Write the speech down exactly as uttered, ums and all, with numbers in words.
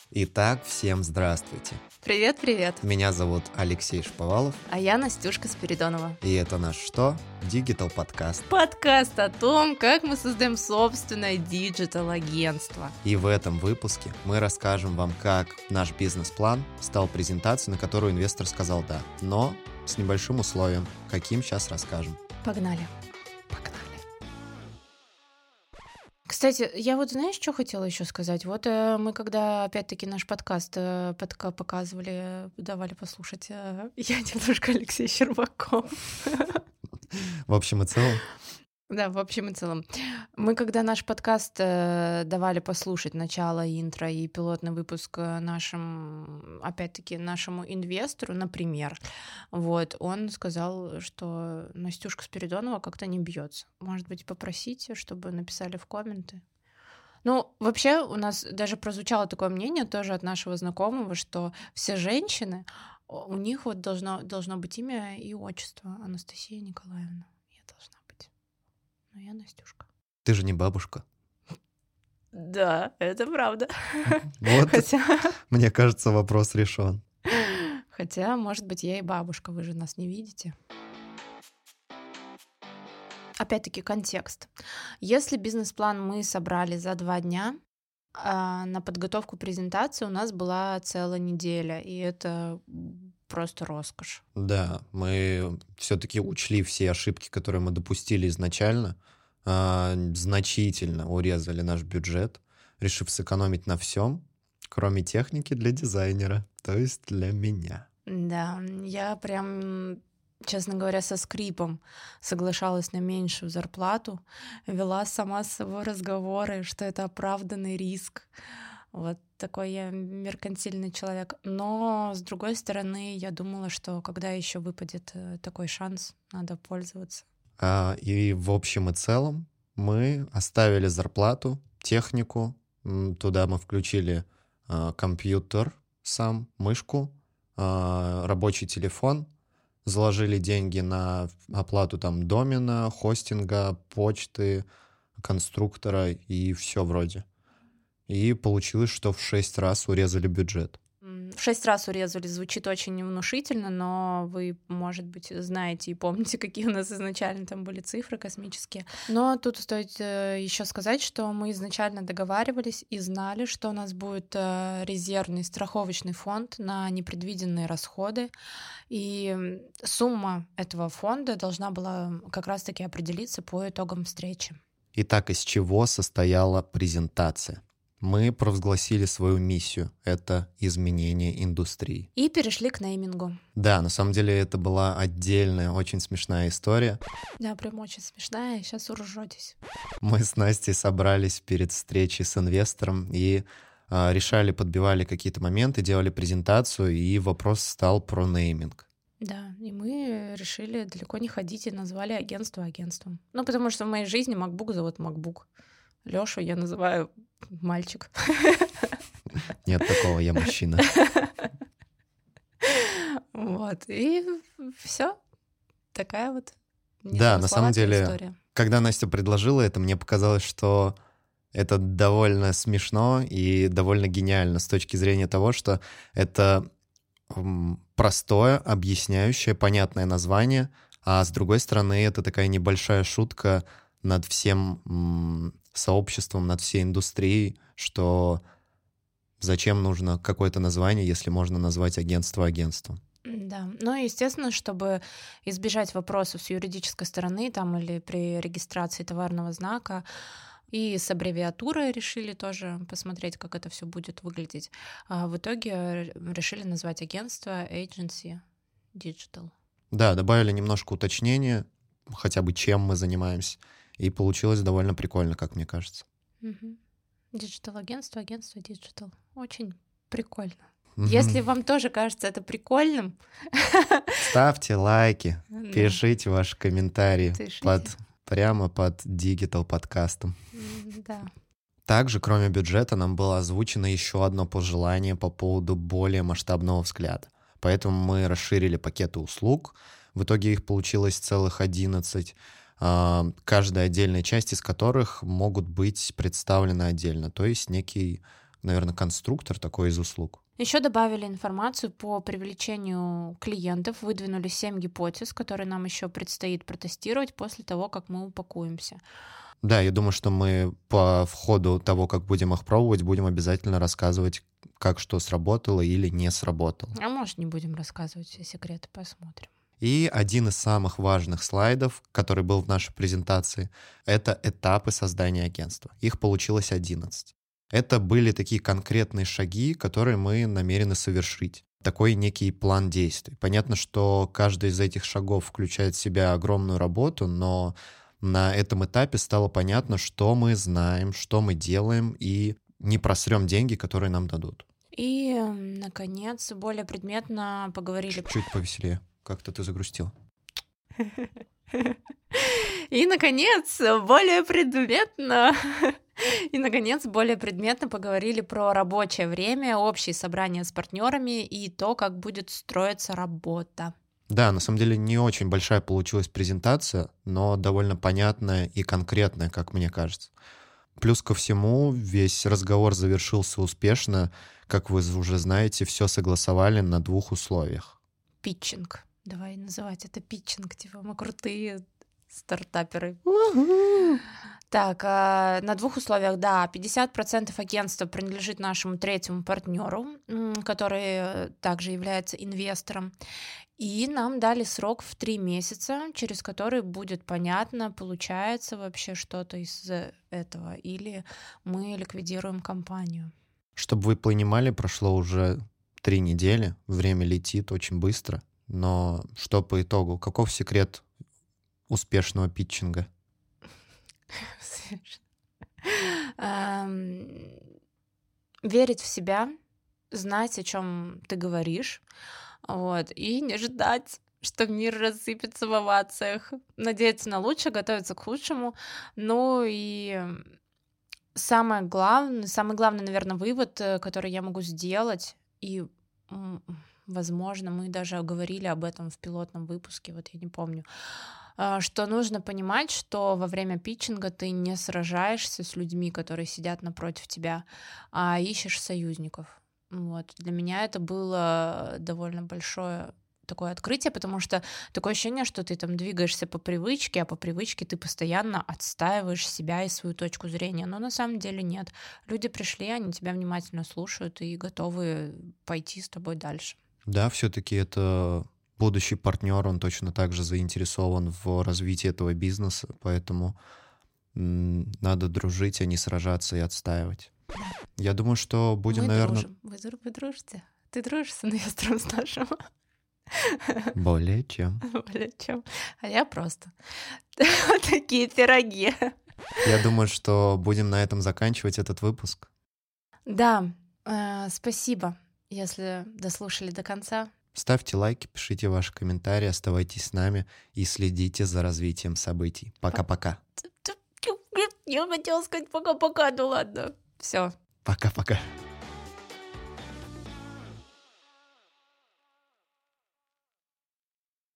Итак, всем здравствуйте. Привет-привет. Меня зовут Алексей Шповалов. А я Настюшка Спиридонова. И это наш что? Digital подкаст. Подкаст о том, как мы создаем собственное диджитал-агентство. И в этом выпуске мы расскажем вам, как наш бизнес-план стал презентацией, на которую инвестор сказал «да». Но с небольшим условием. Каким, сейчас расскажем. Погнали. Погнали. Кстати, я вот знаешь, что хотела еще сказать? Вот э, мы когда опять-таки наш подкаст э, подка- показывали, давали послушать, э, я немножко Алексей Щербаков. В общем и целом. Да, в общем и целом. Мы, когда наш подкаст э, давали послушать начало, интро и пилотный выпуск нашим, опять-таки, нашему инвестору, например, вот, он сказал, что Настюшка Спиридонова как-то не бьется. Может быть, попросите, чтобы написали в комменты. Ну, вообще, у нас даже прозвучало такое мнение тоже от нашего знакомого, что все женщины, у них вот должно, должно быть имя и отчество Анастасия Николаевна. Я должна быть. Ну, я Настюшка. Ты же не бабушка. Да, это правда. Вот, Хотя... мне кажется, вопрос решен. Хотя, может быть, я и бабушка, вы же нас не видите. Опять-таки, контекст. Если бизнес-план мы собрали за два дня, а на подготовку презентации у нас была целая неделя, и это просто роскошь. Да, мы все-таки учли все ошибки, которые мы допустили изначально, а, значительно урезали наш бюджет, решив сэкономить на всем, кроме техники для дизайнера, то есть для меня. Да, я прям, честно говоря, со скрипом соглашалась на меньшую зарплату, вела сама с собой разговоры, что это оправданный риск. Вот такой я меркантильный человек. Но, с другой стороны, я думала, что когда еще выпадет такой шанс, надо пользоваться. А, и в общем и целом мы оставили зарплату, технику, м, туда мы включили а, компьютер сам, мышку, а, рабочий телефон, заложили деньги на оплату там домена, хостинга, почты, конструктора и все вроде. И получилось, что в шесть раз урезали бюджет. В шесть раз урезали, звучит очень внушительно, но вы, может быть, знаете и помните, какие у нас изначально там были цифры космические. Но тут стоит еще сказать, что мы изначально договаривались и знали, что у нас будет резервный страховочный фонд на непредвиденные расходы, и сумма этого фонда должна была как раз-таки определиться по итогам встречи. Итак, из чего состояла презентация? Мы провозгласили свою миссию — это изменение индустрии. И перешли к неймингу. Да, на самом деле это была отдельная, очень смешная история. Да, прям очень смешная, сейчас уржётесь. Мы с Настей собрались перед встречей с инвестором и э, решали, подбивали какие-то моменты, делали презентацию, и вопрос стал про нейминг. Да, и мы решили далеко не ходить и назвали агентство агентством. Ну, потому что в моей жизни MacBook зовут MacBook. Лёшу я называю мальчик. Нет такого, я мужчина. Вот, и все. Такая вот Да, на самом деле, история. Когда Настя предложила это, мне показалось, что это довольно смешно и довольно гениально с точки зрения того, что это простое, объясняющее, понятное название, а с другой стороны, это такая небольшая шутка над всем м, сообществом, над всей индустрией, что зачем нужно какое-то название, если можно назвать агентство агентством. Да, ну и естественно, чтобы избежать вопросов с юридической стороны там или при регистрации товарного знака, и с аббревиатурой решили тоже посмотреть, как это все будет выглядеть. А в итоге решили назвать агентство Agency Digital. Да, добавили немножко уточнения, хотя бы чем мы занимаемся, и получилось довольно прикольно, как мне кажется. Диджитал-агентство, агентство Digital. Очень прикольно. Если вам тоже кажется это прикольным... Ставьте лайки, пишите ваши комментарии под, прямо под Digital подкастом. Да. Также, кроме бюджета, нам было озвучено еще одно пожелание по поводу более масштабного взгляда. Поэтому мы расширили пакеты услуг. В итоге их получилось целых одиннадцать, каждая отдельная часть из которых могут быть представлены отдельно. То есть некий наверное, конструктор такой из услуг. Еще добавили информацию по привлечению клиентов, выдвинули семь гипотез, которые нам еще предстоит протестировать после того, как мы упакуемся. Да, я думаю, что мы по ходу того, как будем их пробовать, будем обязательно рассказывать, как что сработало или не сработало. А может, не будем рассказывать все секреты, посмотрим. И один из самых важных слайдов, который был в нашей презентации, это этапы создания агентства. Их получилось одиннадцать. Это были такие конкретные шаги, которые мы намерены совершить. Такой некий план действий. Понятно, что каждый из этих шагов включает в себя огромную работу, но на этом этапе стало понятно, что мы знаем, что мы делаем, и не просрем деньги, которые нам дадут. И, наконец, более предметно поговорили... Чуть повеселее. Как-то ты загрустил. И, наконец, более предметно... И, наконец, более предметно поговорили про рабочее время, общие собрания с партнерами и то, как будет строиться работа. Да, на самом деле не очень большая получилась презентация, но довольно понятная и конкретная, как мне кажется. Плюс ко всему, весь разговор завершился успешно. Как вы уже знаете, все согласовали на двух условиях. Питчинг. Давай называть это питчинг, типа мы крутые стартаперы. Так, на двух условиях, да, пятьдесят процентов агентства принадлежит нашему третьему партнеру, который также является инвестором. И нам дали срок в три месяца, через который будет понятно, получается вообще что-то из этого, или мы ликвидируем компанию. Чтобы вы понимали, прошло уже три недели, время летит очень быстро. Но что по итогу? Каков секрет успешного питчинга? Верить в себя, знать, о чем ты говоришь, вот, и не ждать, что мир рассыпется в овациях. Надеяться на лучшее, готовиться к худшему. Ну и самое главное, самый главный, наверное, вывод, который я могу сделать, и, возможно, мы даже говорили об этом в пилотном выпуске, вот я не помню, что нужно понимать, что во время питчинга ты не сражаешься с людьми, которые сидят напротив тебя, а ищешь союзников. Вот. Для меня это было довольно большое такое открытие, потому что такое ощущение, что ты там двигаешься по привычке, а по привычке ты постоянно отстаиваешь себя и свою точку зрения. Но на самом деле нет. Люди пришли, они тебя внимательно слушают и готовы пойти с тобой дальше. Да, все-таки это будущий партнер, он точно так же заинтересован в развитии этого бизнеса, поэтому м, надо дружить, а не сражаться и отстаивать. Я думаю, что будем, Мы наверное... дружим. Вы, вы дружите? Ты дружишь с инвестором с нашим? Более чем. Более чем. А я просто. Такие пироги. Я думаю, что будем на этом заканчивать этот выпуск. Да, э, спасибо, если дослушали до конца. Ставьте лайки, пишите ваши комментарии, оставайтесь с нами и следите за развитием событий. Пока-пока. Я хотела сказать пока-пока, ну ладно. Все. Пока-пока.